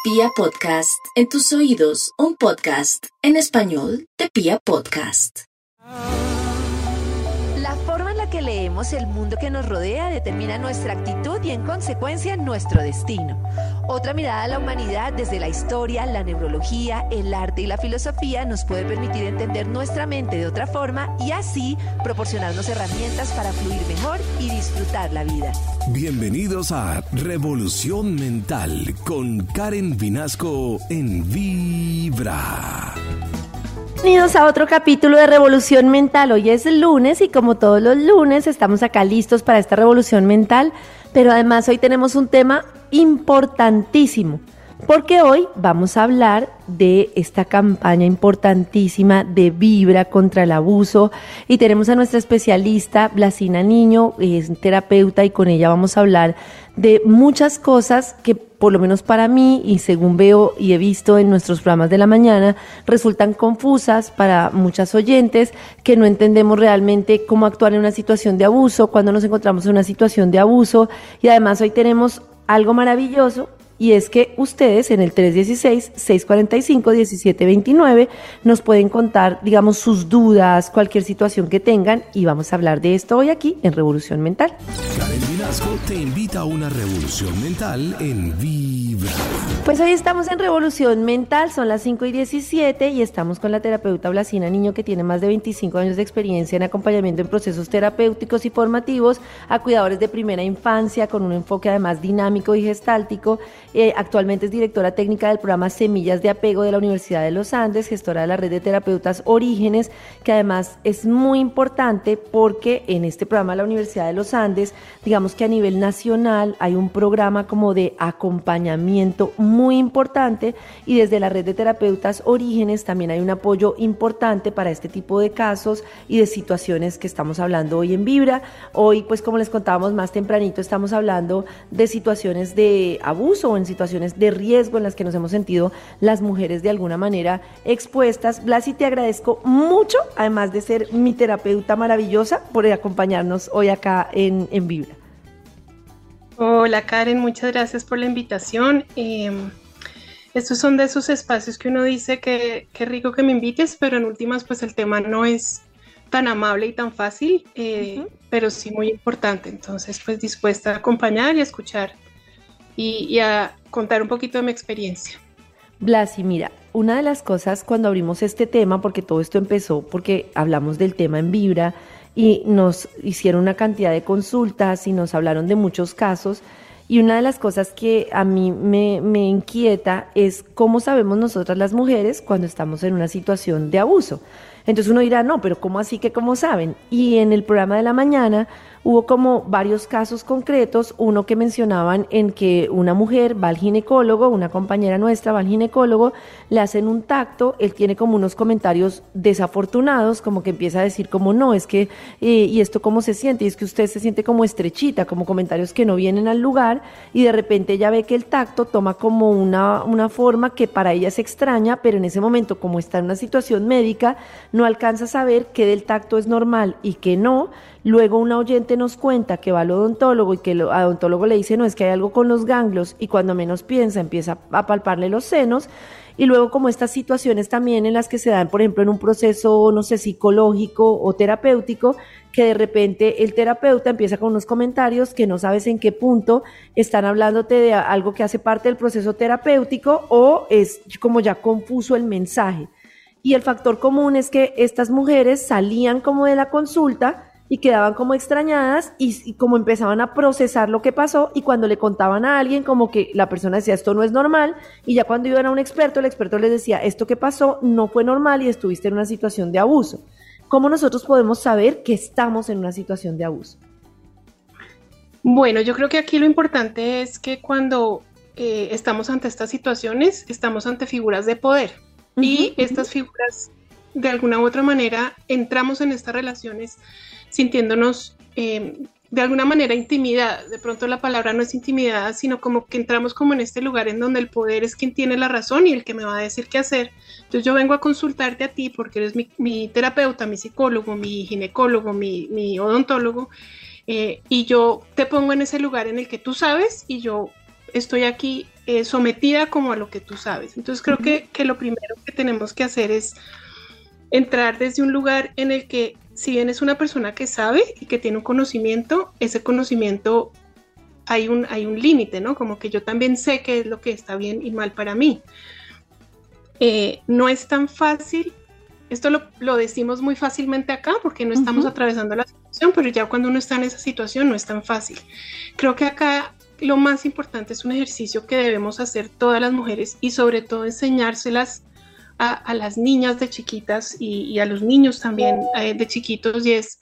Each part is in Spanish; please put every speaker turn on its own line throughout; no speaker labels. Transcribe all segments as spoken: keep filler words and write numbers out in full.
Pia Podcast, en tus oídos, un podcast en español de Pia Podcast.
La forma en la que leemos el mundo que nos rodea determina nuestra actitud y, en consecuencia, nuestro destino. Otra mirada a la humanidad desde la historia, la neurología, el arte y la filosofía nos puede permitir entender nuestra mente de otra forma y así proporcionarnos herramientas para fluir mejor y disfrutar la vida.
Bienvenidos a Revolución Mental con Karen Vinasco en Vibra.
Bienvenidos a otro capítulo de Revolución Mental. Hoy es lunes y como todos los lunes estamos acá listos para esta revolución mental, pero además hoy tenemos un tema importantísimo, porque hoy vamos a hablar de esta campaña importantísima de Vibra contra el abuso y tenemos a nuestra especialista Blasina Niño, es terapeuta, y con ella vamos a hablar de muchas cosas que por lo menos para mí, y según veo y he visto en nuestros programas de la mañana, resultan confusas para muchas oyentes que no entendemos realmente cómo actuar en una situación de abuso, cuando nos encontramos en una situación de abuso. Y además hoy tenemos algo maravilloso, y es que ustedes en el tres uno seis, seis cuatro cinco, uno siete dos nueve nos pueden contar, digamos, sus dudas, cualquier situación que tengan, y vamos a hablar de esto hoy aquí en Revolución Mental.
Karen Vinasco te invita a una revolución mental en Vibra.
Pues hoy estamos en Revolución Mental, son las cinco y diecisiete y estamos con la terapeuta Blasina Niño, que tiene más de veinticinco años de experiencia en acompañamiento en procesos terapéuticos y formativos a cuidadores de primera infancia, con un enfoque además dinámico y gestáltico. Eh, actualmente es directora técnica del programa Semillas de Apego de la Universidad de los Andes, gestora de la red de terapeutas Orígenes, que además es muy importante porque en este programa de la Universidad de los Andes, digamos que a nivel nacional hay un programa como de acompañamiento muy importante, y desde la red de terapeutas Orígenes también hay un apoyo importante para este tipo de casos y de situaciones que estamos hablando hoy en Vibra. Hoy, pues como les contábamos más tempranito, estamos hablando de situaciones de abuso o en situaciones de riesgo en las que nos hemos sentido las mujeres de alguna manera expuestas. Blasi, te agradezco mucho, además de ser mi terapeuta maravillosa, por acompañarnos hoy acá en, en Vibra.
Hola Karen, muchas gracias por la invitación. Eh, estos son de esos espacios que uno dice que qué rico que me invites, pero en últimas pues el tema no es tan amable y tan fácil, eh, uh-huh. pero sí muy importante. Entonces pues dispuesta a acompañar y a escuchar y, y a contar un poquito de mi experiencia.
Blasi, mira, una de las cosas cuando abrimos este tema, porque todo esto empezó porque hablamos del tema en Vibra y nos hicieron una cantidad de consultas y nos hablaron de muchos casos, y una de las cosas que a mí me, me inquieta es cómo sabemos nosotras las mujeres cuando estamos en una situación de abuso. Entonces uno dirá, no, pero ¿cómo así que cómo saben? Y en el programa de la mañana hubo como varios casos concretos, uno que mencionaban en que una mujer va al ginecólogo, una compañera nuestra va al ginecólogo, le hacen un tacto, él tiene como unos comentarios desafortunados, como que empieza a decir como no, es que, eh, y esto cómo se siente, y es que usted se siente como estrechita, como comentarios que no vienen al lugar, y de repente ella ve que el tacto toma como una, una forma que para ella es extraña, pero en ese momento, como está en una situación médica, no alcanza a saber que del tacto es normal y que no. Luego una oyente nos cuenta que va al odontólogo y que el odontólogo le dice no, es que hay algo con los ganglios, y cuando menos piensa empieza a palparle los senos. Y luego como estas situaciones también en las que se dan, por ejemplo, en un proceso, no sé, psicológico o terapéutico, que de repente el terapeuta empieza con unos comentarios que no sabes en qué punto están hablándote de algo que hace parte del proceso terapéutico o es como ya confuso el mensaje. Y el factor común es que estas mujeres salían como de la consulta y quedaban como extrañadas y, y como empezaban a procesar lo que pasó, y cuando le contaban a alguien como que la persona decía esto no es normal, y ya cuando iban a un experto, el experto les decía esto que pasó no fue normal y estuviste en una situación de abuso. ¿Cómo nosotros podemos saber que estamos en una situación de abuso?
Bueno, yo creo que aquí lo importante es que cuando eh, estamos ante estas situaciones, estamos ante figuras de poder, uh-huh, y estas uh-huh. figuras de alguna u otra manera entramos en estas relaciones sintiéndonos eh, de alguna manera intimidadas. De pronto la palabra no es intimidada, sino como que entramos como en este lugar en donde el poder es quien tiene la razón y el que me va a decir qué hacer. Entonces yo vengo a consultarte a ti porque eres mi, mi terapeuta, mi psicólogo, mi ginecólogo, mi, mi odontólogo, eh, y yo te pongo en ese lugar en el que tú sabes y yo estoy aquí eh, sometida como a lo que tú sabes. Entonces creo uh-huh. que, que lo primero que tenemos que hacer es entrar desde un lugar en el que, si bien es una persona que sabe y que tiene un conocimiento, ese conocimiento hay un, hay un límite, ¿no? Como que yo también sé qué es lo que está bien y mal para mí. Eh, no es tan fácil, esto lo, lo decimos muy fácilmente acá porque no estamos uh-huh. atravesando la situación, pero ya cuando uno está en esa situación no es tan fácil. Creo que acá lo más importante es un ejercicio que debemos hacer todas las mujeres y sobre todo enseñárselas a, a las niñas de chiquitas y, y a los niños también eh, de chiquitos, y es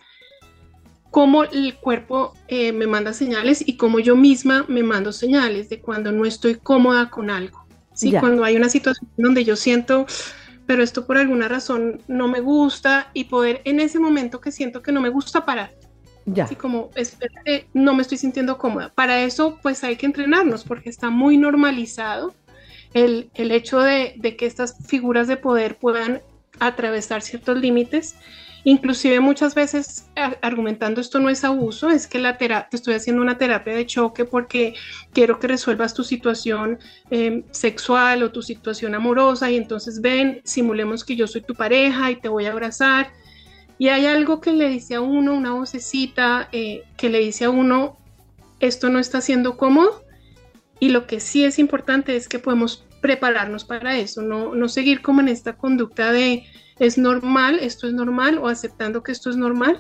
cómo el cuerpo eh, me manda señales y cómo yo misma me mando señales de cuando no estoy cómoda con algo. ¿Sí? Cuando hay una situación donde yo siento, pero esto por alguna razón no me gusta, y poder en ese momento que siento que no me gusta parar. Ya. Así como, espérate, no me estoy sintiendo cómoda. Para eso pues hay que entrenarnos porque está muy normalizado el, el hecho de, de que estas figuras de poder puedan atravesar ciertos límites. Inclusive muchas veces argumentando esto no es abuso, es que la terapia, te estoy haciendo una terapia de choque porque quiero que resuelvas tu situación eh, sexual o tu situación amorosa, y entonces ven, simulemos que yo soy tu pareja y te voy a abrazar, y hay algo que le dice a uno, una vocecita eh, que le dice a uno, esto no está siendo cómodo, y lo que sí es importante es que podemos prepararnos para eso, no, no seguir como en esta conducta de es normal, esto es normal, o aceptando que esto es normal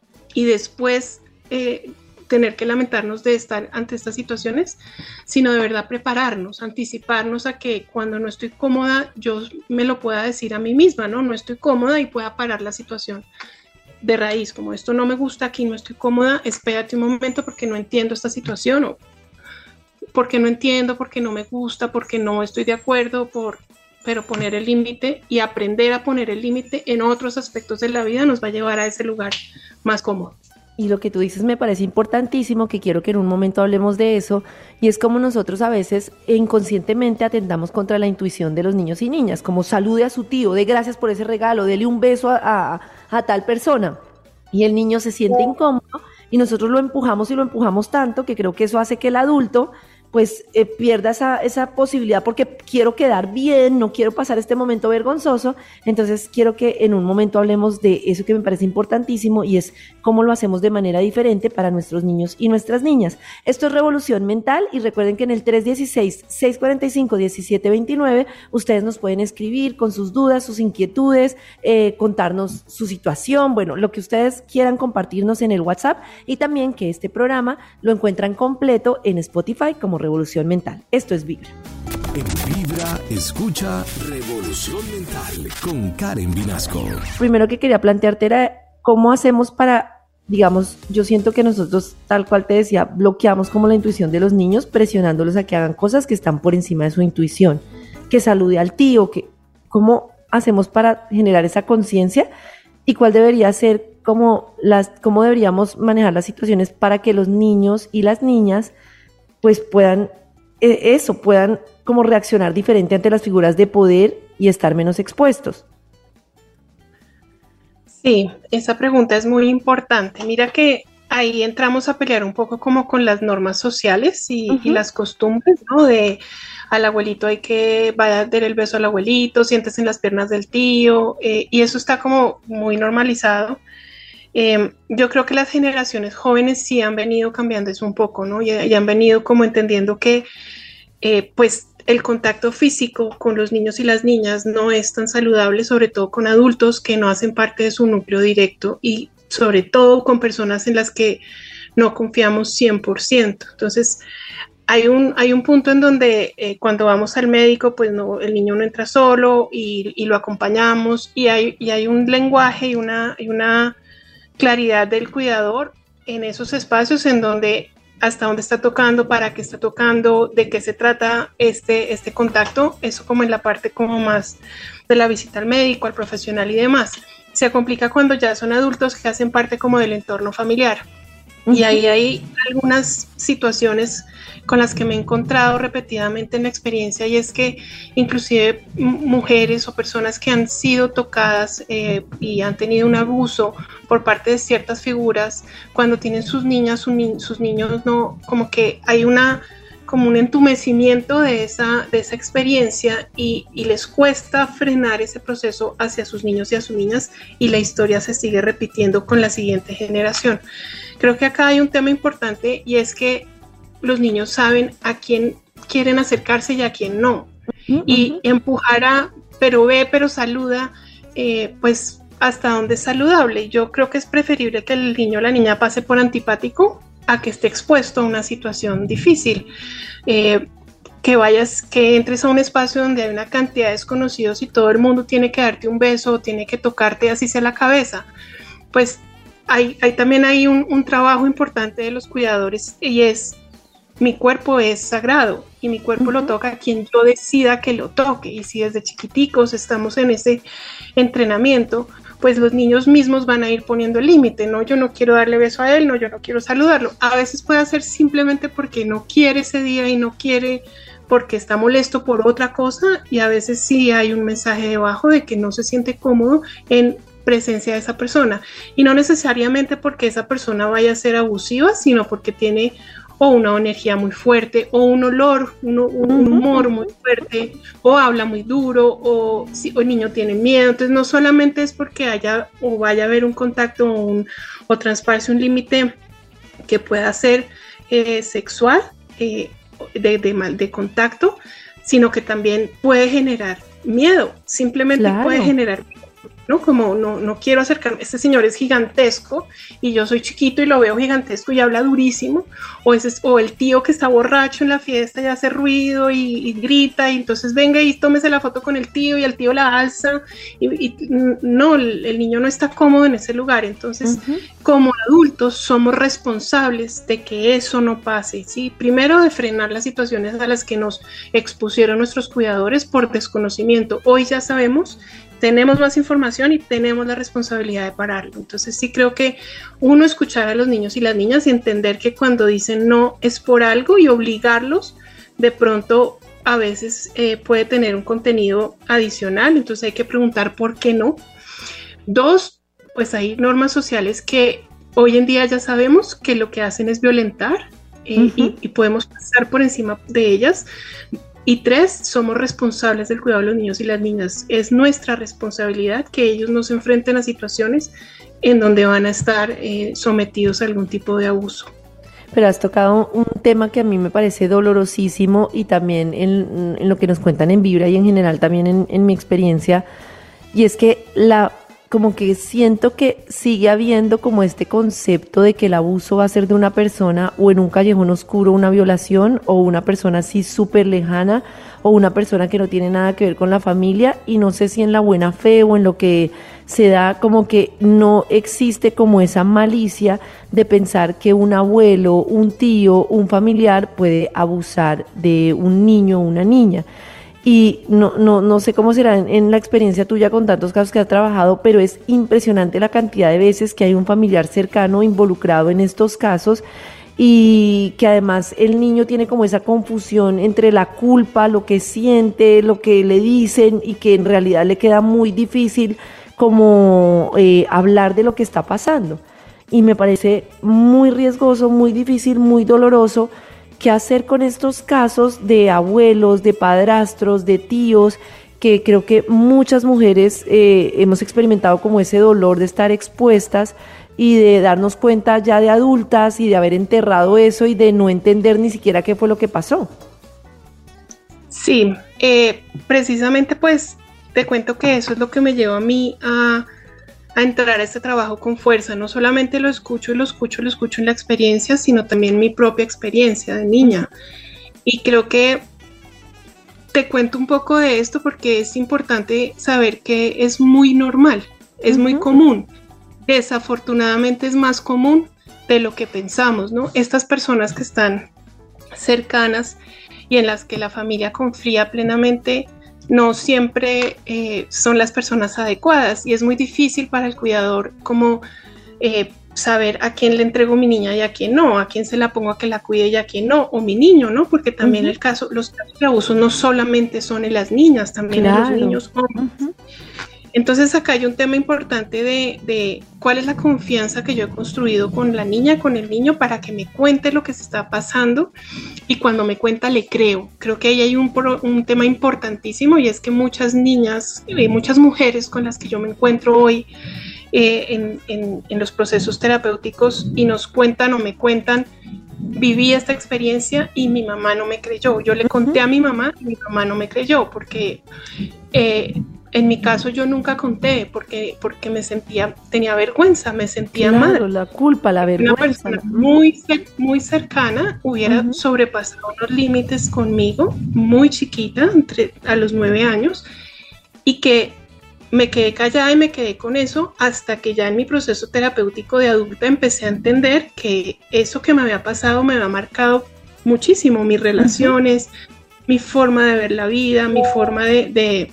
y después eh, tener que lamentarnos de estar ante estas situaciones, sino de verdad prepararnos, anticiparnos a que cuando no estoy cómoda yo me lo pueda decir a mí misma, ¿no? No estoy cómoda, y pueda parar la situación de raíz, como esto no me gusta, aquí no estoy cómoda, espérate un momento porque no entiendo esta situación, o porque no entiendo, porque no me gusta, porque no estoy de acuerdo, por... pero poner el límite y aprender a poner el límite en otros aspectos de la vida nos va a llevar a ese lugar más cómodo.
Y lo que tú dices me parece importantísimo, que quiero que en un momento hablemos de eso, y es como nosotros a veces inconscientemente atentamos contra la intuición de los niños y niñas, como salude a su tío, dé gracias por ese regalo, dele un beso a, a, a tal persona, y el niño se siente incómodo y nosotros lo empujamos y lo empujamos tanto que creo que eso hace que el adulto pues eh, pierda esa, esa posibilidad, porque quiero quedar bien, no quiero pasar este momento vergonzoso. Entonces quiero que en un momento hablemos de eso que me parece importantísimo, y es cómo lo hacemos de manera diferente para nuestros niños y nuestras niñas. Esto es Revolución Mental, y recuerden que en el tres uno seis, seis cuatro cinco, uno siete dos nueve ustedes nos pueden escribir con sus dudas, sus inquietudes, eh, contarnos su situación, bueno, lo que ustedes quieran compartirnos en el WhatsApp, y también que este programa lo encuentran completo en Spotify como Revolución Mental. Esto es Vibra.
En Vibra, escucha Revolución Mental con Karen Vinasco.
Primero que quería plantearte era cómo hacemos para, digamos, yo siento que nosotros, tal cual te decía, bloqueamos como la intuición de los niños, presionándolos a que hagan cosas que están por encima de su intuición, que salude al tío, que cómo hacemos para generar esa conciencia, y cuál debería ser como las, cómo deberíamos manejar las situaciones para que los niños y las niñas pues puedan, eh, eso, puedan como reaccionar diferente ante las figuras de poder y estar menos expuestos.
Sí, esa pregunta es muy importante. Mira que ahí entramos a pelear un poco como con las normas sociales y, uh-huh. y las costumbres, ¿no? De al abuelito hay que vaya a dar el beso al abuelito, siéntese en las piernas del tío, eh, y eso está como muy normalizado. Eh, yo creo que las generaciones jóvenes sí han venido cambiando eso un poco, ¿no? Y, y han venido como entendiendo que eh, pues el contacto físico con los niños y las niñas no es tan saludable, sobre todo con adultos que no hacen parte de su núcleo directo, y sobre todo con personas en las que no confiamos cien por ciento. Entonces hay un, hay un punto en donde eh, cuando vamos al médico, pues no, el niño no entra solo y, y lo acompañamos, y hay, y hay un lenguaje y una, y una claridad del cuidador en esos espacios en donde hasta dónde está tocando, para qué está tocando, de qué se trata este, este contacto, eso como en la parte como más de la visita al médico, al profesional y demás. Se complica cuando ya son adultos que hacen parte como del entorno familiar. Uh-huh. Y ahí hay algunas situaciones con las que me he encontrado repetidamente en la experiencia, y es que inclusive mujeres o personas que han sido tocadas eh, y han tenido un abuso por parte de ciertas figuras, cuando tienen sus niñas, sus, ni- sus niños, no, como que hay una como un entumecimiento de esa, de esa experiencia y, y les cuesta frenar ese proceso hacia sus niños y a sus niñas, y la historia se sigue repitiendo con la siguiente generación. Creo que acá hay un tema importante, y es que los niños saben a quién quieren acercarse y a quién no. Uh-huh. Y empujar a, pero ve, pero saluda, eh, pues hasta dónde es saludable. Yo creo que es preferible que el niño o la niña pase por antipático a que esté expuesto a una situación difícil, eh, que vayas, que entres a un espacio donde hay una cantidad de desconocidos y todo el mundo tiene que darte un beso o tiene que tocarte así sea la cabeza. Pues hay, hay también hay un, un trabajo importante de los cuidadores, y es: mi cuerpo es sagrado y mi cuerpo uh-huh. lo toca a quien yo decida que lo toque. Y si desde chiquiticos estamos en ese entrenamiento, pues los niños mismos van a ir poniendo el límite. No, yo no quiero darle beso a él, no, yo no quiero saludarlo. A veces puede ser simplemente porque no quiere ese día y no quiere porque está molesto por otra cosa, y a veces sí hay un mensaje debajo de que no se siente cómodo en presencia de esa persona, y no necesariamente porque esa persona vaya a ser abusiva, sino porque tiene o una energía muy fuerte, o un olor, un, un humor muy fuerte, o habla muy duro, o, si, o el niño tiene miedo. Entonces no solamente es porque haya o vaya a haber un contacto o, un, o traspase un límite que pueda ser eh, sexual, eh, de, de, mal, de contacto, sino que también puede generar miedo, simplemente claro. puede generar miedo. ¿No? Como no, no quiero acercarme, este señor es gigantesco y yo soy chiquito y lo veo gigantesco y habla durísimo, o, ese, o el tío que está borracho en la fiesta y hace ruido y, y grita, y entonces venga y tómese la foto con el tío y el tío la alza, y, y no, el, el niño no está cómodo en ese lugar. Entonces uh-huh. como adultos somos responsables de que eso no pase, ¿sí? Primero, de frenar las situaciones a las que nos expusieron nuestros cuidadores por desconocimiento. Hoy ya sabemos, tenemos más información y tenemos la responsabilidad de pararlo. Entonces sí creo que uno, escuchar a los niños y las niñas y entender que cuando dicen no es por algo, y obligarlos de pronto a veces eh, puede tener un contenido adicional, entonces hay que preguntar por qué no. Dos, pues hay normas sociales que hoy en día ya sabemos que lo que hacen es violentar, eh, uh-huh. y, y podemos pasar por encima de ellas. Y tres, somos responsables del cuidado de los niños y las niñas. Es nuestra responsabilidad que ellos no se enfrenten a situaciones en donde van a estar eh, sometidos a algún tipo de abuso.
Pero has tocado un tema que a mí me parece dolorosísimo, y también en, en lo que nos cuentan en Vibra y en general también en, en mi experiencia, y es que la como que siento que sigue habiendo como este concepto de que el abuso va a ser de una persona, o en un callejón oscuro una violación, o una persona así súper lejana, o una persona que no tiene nada que ver con la familia, y no sé si en la buena fe o en lo que se da, como que no existe como esa malicia de pensar que un abuelo, un tío, un familiar puede abusar de un niño o una niña. Y no, no, no sé cómo será en, en la experiencia tuya con tantos casos que has trabajado, pero es impresionante la cantidad de veces que hay un familiar cercano involucrado en estos casos, y que además el niño tiene como esa confusión entre la culpa, lo que siente, lo que le dicen, y que en realidad le queda muy difícil como eh, hablar de lo que está pasando. Y me parece muy riesgoso, muy difícil, muy doloroso. ¿Qué hacer con estos casos de abuelos, de padrastros, de tíos, que creo que muchas mujeres eh, hemos experimentado como ese dolor de estar expuestas y de darnos cuenta ya de adultas y de haber enterrado eso y de no entender ni siquiera qué fue lo que pasó?
Sí, eh, precisamente pues te cuento que eso es lo que me llevó a mí a... a entrar a este trabajo con fuerza. No solamente lo escucho y lo escucho, lo escucho en la experiencia, sino también mi propia experiencia de niña. Y creo que te cuento un poco de esto porque es importante saber que es muy normal, es uh-huh. muy común. Desafortunadamente es más común de lo que pensamos, ¿no? Estas personas que están cercanas y en las que la familia confía plenamente, no siempre eh, son las personas adecuadas, y es muy difícil para el cuidador como eh, saber a quién le entrego mi niña y a quién no, a quién se la pongo a que la cuide y a quién no, o mi niño, ¿no? Porque también uh-huh. el caso, los casos de abuso no solamente son en las niñas, también claro. en los niños hombres. Uh-huh. Entonces acá hay un tema importante de, de cuál es la confianza que yo he construido con la niña, con el niño, para que me cuente lo que se está pasando, y cuando me cuenta le creo. Creo que ahí hay un, un tema importantísimo, y es que muchas niñas, eh, muchas mujeres con las que yo me encuentro hoy eh, en, en, en los procesos terapéuticos y nos cuentan o me cuentan, viví esta experiencia y mi mamá no me creyó. Yo le conté a mi mamá y mi mamá no me creyó, porque eh, en mi caso yo nunca conté, porque, porque me sentía, tenía vergüenza, me sentía
claro,
mal.
La culpa, la vergüenza.
Una persona muy, muy cercana hubiera uh-huh. sobrepasado unos límites conmigo, muy chiquita, entre, a los nueve años, y que me quedé callada y me quedé con eso hasta que ya en mi proceso terapéutico de adulta empecé a entender que eso que me había pasado me había marcado muchísimo mis relaciones, uh-huh. mi forma de ver la vida, mi forma de, de,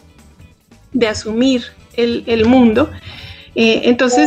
de asumir el, el mundo. Eh, entonces,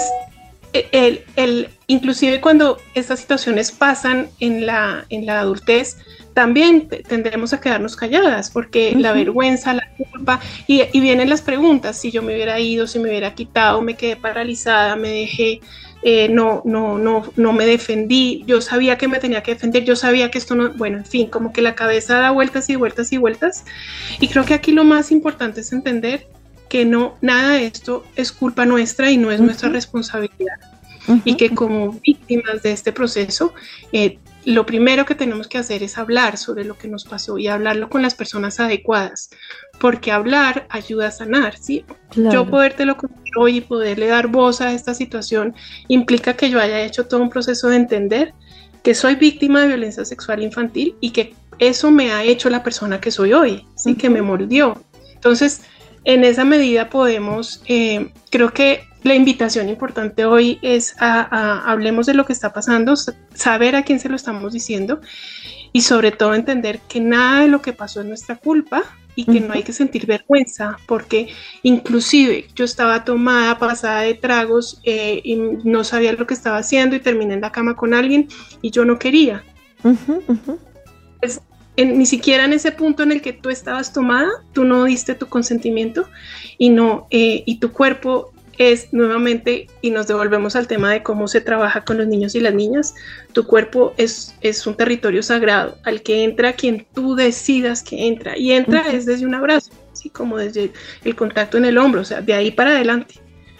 el, el, inclusive cuando estas situaciones pasan en la, en la adultez, también tendremos a quedarnos calladas, porque uh-huh. la vergüenza, la culpa, y, y vienen las preguntas: si yo me hubiera ido, si me hubiera quitado, me quedé paralizada, me dejé, eh, no, no, no, no me defendí, yo sabía que me tenía que defender, yo sabía que esto no, bueno, en fin, como que la cabeza da vueltas y vueltas y vueltas, y creo que aquí lo más importante es entender que no, nada de esto es culpa nuestra y no es uh-huh. nuestra responsabilidad, uh-huh. y que como víctimas de este proceso, eh, lo primero que tenemos que hacer es hablar sobre lo que nos pasó y hablarlo con las personas adecuadas, porque hablar ayuda a sanar, ¿sí? Claro. Yo podértelo contar hoy y poderle dar voz a esta situación implica que yo haya hecho todo un proceso de entender que soy víctima de violencia sexual infantil y que eso me ha hecho la persona que soy hoy, ¿sí? Uh-huh. Que me moldeó. Entonces, en esa medida podemos, eh, creo que la invitación importante hoy es a, a hablemos de lo que está pasando, saber a quién se lo estamos diciendo y sobre todo entender que nada de lo que pasó es nuestra culpa y que uh-huh. no hay que sentir vergüenza, porque inclusive yo estaba tomada, pasada de tragos eh, y no sabía lo que estaba haciendo y terminé en la cama con alguien y yo no quería. Uh-huh, uh-huh. Es, en, ni siquiera en ese punto en el que tú estabas tomada, tú no diste tu consentimiento y, no, eh, y tu cuerpo es nuevamente, y nos devolvemos al tema de cómo se trabaja con los niños y las niñas, tu cuerpo es, es un territorio sagrado al que entra quien tú decidas que entra, y entra uh-huh. es desde un abrazo, así como desde el contacto en el hombro, o sea, de ahí para adelante.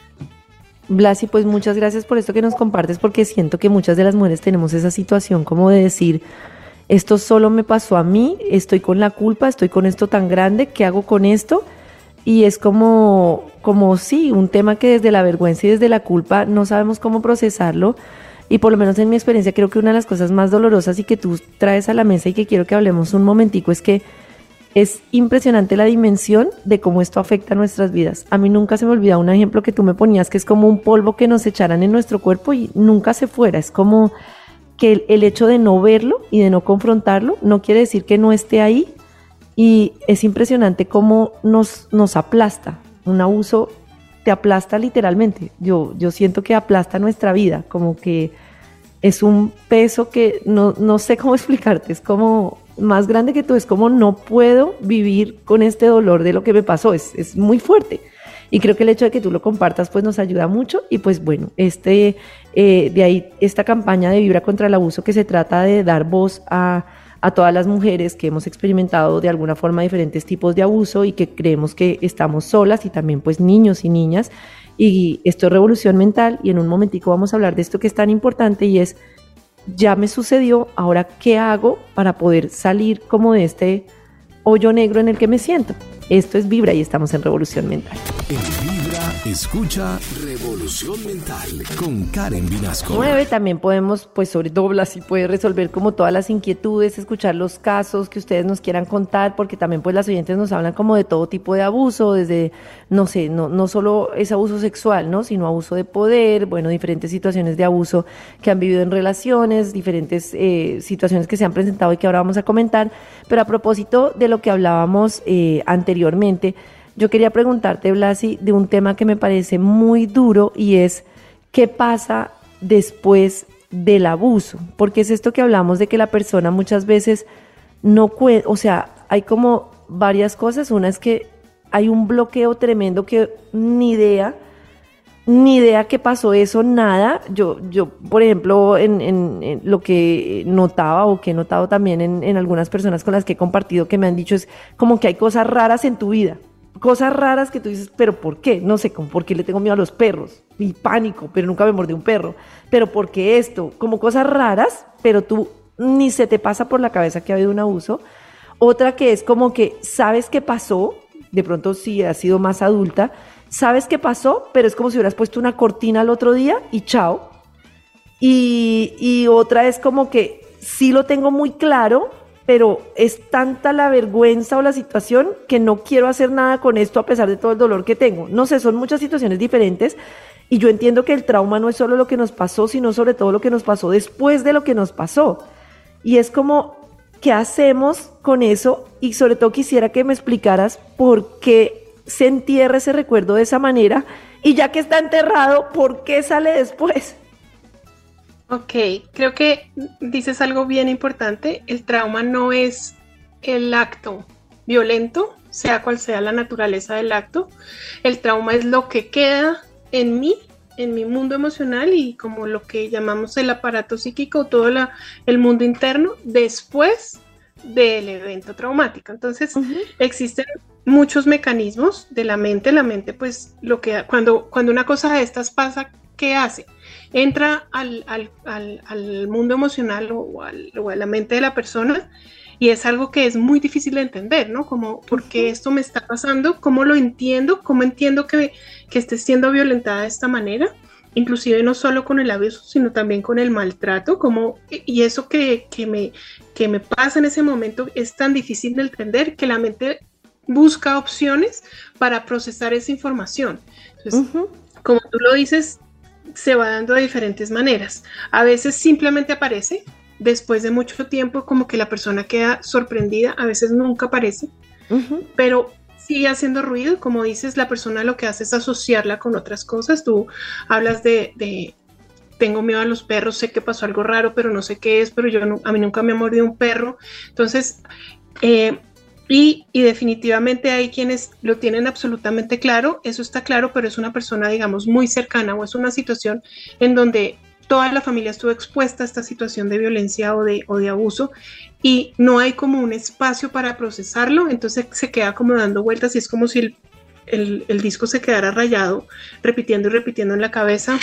Blasi, pues muchas gracias por esto que nos compartes, porque siento que muchas de las mujeres tenemos esa situación como de decir, esto solo me pasó a mí, estoy con la culpa, estoy con esto tan grande, ¿qué hago con esto? Y es como, como sí, un tema que desde la vergüenza y desde la culpa no sabemos cómo procesarlo, y por lo menos en mi experiencia creo que una de las cosas más dolorosas y que tú traes a la mesa y que quiero que hablemos un momentico es que es impresionante la dimensión de cómo esto afecta a nuestras vidas. A mí nunca se me olvida un ejemplo que tú me ponías, que es como un polvo que nos echaran en nuestro cuerpo y nunca se fuera. Es como que el, el hecho de no verlo y de no confrontarlo no quiere decir que no esté ahí. Y es impresionante cómo nos, nos aplasta. Un abuso te aplasta literalmente. Yo, yo siento que aplasta nuestra vida, como que es un peso que no, no sé cómo explicarte, es como más grande que tú, es como no puedo vivir con este dolor de lo que me pasó, es, es muy fuerte. Y creo que el hecho de que tú lo compartas pues nos ayuda mucho, y pues bueno, este, eh, de ahí esta campaña de Vibra contra el Abuso, que se trata de dar voz a a todas las mujeres que hemos experimentado de alguna forma diferentes tipos de abuso y que creemos que estamos solas, y también pues niños y niñas, y esto es Revolución Mental, y en un momentico vamos a hablar de esto que es tan importante, y es, ya me sucedió, ahora ¿qué hago para poder salir como de este hoyo negro en el que me siento? Esto es Vibra y estamos en Revolución Mental.
En Vibra, escucha Revolución Mental con Karen Vinasco.
Nueve, también podemos, pues sobre todo Blasi puede resolver como todas las inquietudes, escuchar los casos que ustedes nos quieran contar, porque también pues las oyentes nos hablan como de todo tipo de abuso, desde, no sé, no, no solo es abuso sexual, ¿no? Sino abuso de poder, bueno, diferentes situaciones de abuso que han vivido en relaciones, diferentes eh, situaciones que se han presentado y que ahora vamos a comentar. Pero a propósito de lo que hablábamos eh, anteriormente, Anteriormente, yo quería preguntarte, Blasi, de un tema que me parece muy duro, y es ¿qué pasa después del abuso? Porque es esto que hablamos de que la persona muchas veces no cuenta, o sea, hay como varias cosas. Una es que hay un bloqueo tremendo que ni idea, ni idea que pasó eso, nada. Yo, yo por ejemplo, en, en, en lo que notaba o que he notado también en, en algunas personas con las que he compartido que me han dicho es como que hay cosas raras en tu vida. Cosas raras que tú dices, ¿pero por qué? No sé, como por qué le tengo miedo a los perros, y pánico, pero nunca me mordí un perro, pero ¿por qué esto? Como cosas raras, pero tú ni se te pasa por la cabeza que ha habido un abuso. Otra que es como que sabes qué pasó, de pronto sí has sido más adulta, sabes qué pasó, pero es como si hubieras puesto una cortina al otro día y chao. Y, y otra es como que sí lo tengo muy claro, pero es tanta la vergüenza o la situación que no quiero hacer nada con esto a pesar de todo el dolor que tengo. No sé, son muchas situaciones diferentes y yo entiendo que el trauma no es solo lo que nos pasó, sino sobre todo lo que nos pasó después de lo que nos pasó. Y es como, ¿qué hacemos con eso? Y sobre todo quisiera que me explicaras por qué se entierra ese recuerdo de esa manera y ya que está enterrado, ¿por qué sale después?
Ok, creo que dices algo bien importante. El trauma no es el acto violento, sea cual sea la naturaleza del acto. El trauma es lo que queda en mí, en mi mundo emocional y como lo que llamamos el aparato psíquico, todo la, el mundo interno después del evento traumático. Entonces, uh-huh. existen muchos mecanismos de la mente. La mente, pues, lo que cuando, cuando una cosa de estas pasa, ¿qué hace? Entra al, al, al, al mundo emocional o, al, o a la mente de la persona y es algo que es muy difícil de entender, ¿no? Como, ¿por qué esto me está pasando? ¿Cómo lo entiendo? ¿Cómo entiendo que, que esté siendo violentada de esta manera? Inclusive no solo con el abuso, sino también con el maltrato, como, y eso que, que, me, que me pasa en ese momento es tan difícil de entender que la mente busca opciones para procesar esa información. Entonces, uh-huh. como tú lo dices, se va dando de diferentes maneras. A veces simplemente aparece, después de mucho tiempo como que la persona queda sorprendida, a veces nunca aparece, uh-huh. pero sigue haciendo ruido, como dices, la persona lo que hace es asociarla con otras cosas. Tú hablas de, de tengo miedo a los perros, sé que pasó algo raro, pero no sé qué es, pero yo no, a mí nunca me ha mordido un perro. Entonces, eh, Y, y definitivamente hay quienes lo tienen absolutamente claro, eso está claro, pero es una persona, digamos, muy cercana o es una situación en donde toda la familia estuvo expuesta a esta situación de violencia o de, o de abuso y no hay como un espacio para procesarlo, entonces se queda como dando vueltas y es como si el, el, el disco se quedara rayado, repitiendo y repitiendo en la cabeza.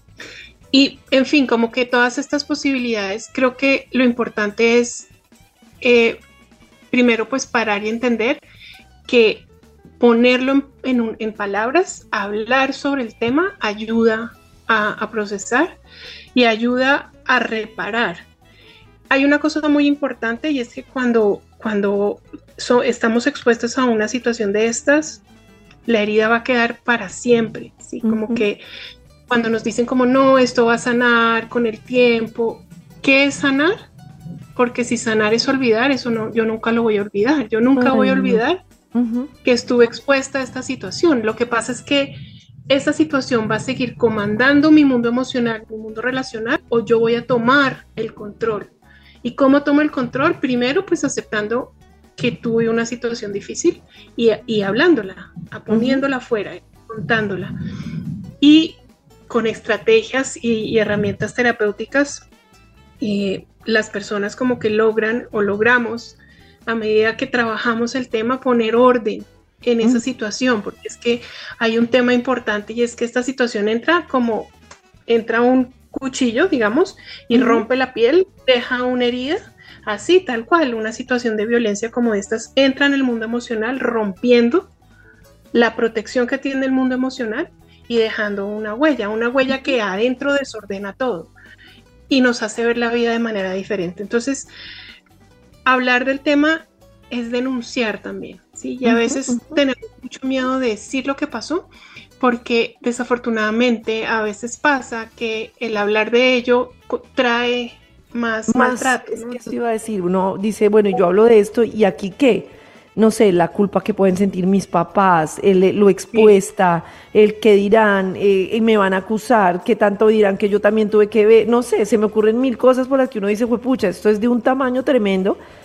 Y, en fin, como que todas estas posibilidades, creo que lo importante es... Eh, Primero, pues parar y entender que ponerlo en, en, un, en palabras, hablar sobre el tema, ayuda a, a procesar y ayuda a reparar. Hay una cosa muy importante y es que cuando, cuando so, estamos expuestos a una situación de estas, la herida va a quedar para siempre, ¿sí? Como uh-huh. que cuando nos dicen como no, esto va a sanar con el tiempo, ¿qué es sanar? Porque si sanar es olvidar, eso no, yo nunca lo voy a olvidar, yo nunca Ay, voy a olvidar uh-huh. que estuve expuesta a esta situación. Lo que pasa es que esta situación va a seguir comandando mi mundo emocional, mi mundo relacional, o yo voy a tomar el control. ¿Y cómo tomo el control? Primero, pues aceptando que tuve una situación difícil y, y hablándola, poniéndola uh-huh. afuera, contándola. Y con estrategias y, y herramientas terapéuticas, eh, las personas como que logran o logramos a medida que trabajamos el tema poner orden en esa mm. situación, porque es que hay un tema importante y es que esta situación entra como entra un cuchillo, digamos, y mm. rompe la piel, deja una herida, así tal cual, una situación de violencia como estas entra en el mundo emocional rompiendo la protección que tiene el mundo emocional y dejando una huella, una huella que adentro desordena todo y nos hace ver la vida de manera diferente. Entonces, hablar del tema es denunciar también, ¿sí? Y a veces uh-huh, uh-huh. tenemos mucho miedo de decir lo que pasó, porque desafortunadamente a veces pasa que el hablar de ello trae más, más maltrato, ¿no? Es que iba
a decir, uno dice, bueno, yo hablo de esto, ¿y aquí qué? No sé, la culpa que pueden sentir mis papás, el, lo expuesta, sí. el que dirán, eh, y me van a acusar, que tanto dirán que yo también tuve que ver, no sé, se me ocurren mil cosas por las que uno dice, pucha, esto es de un tamaño tremendo,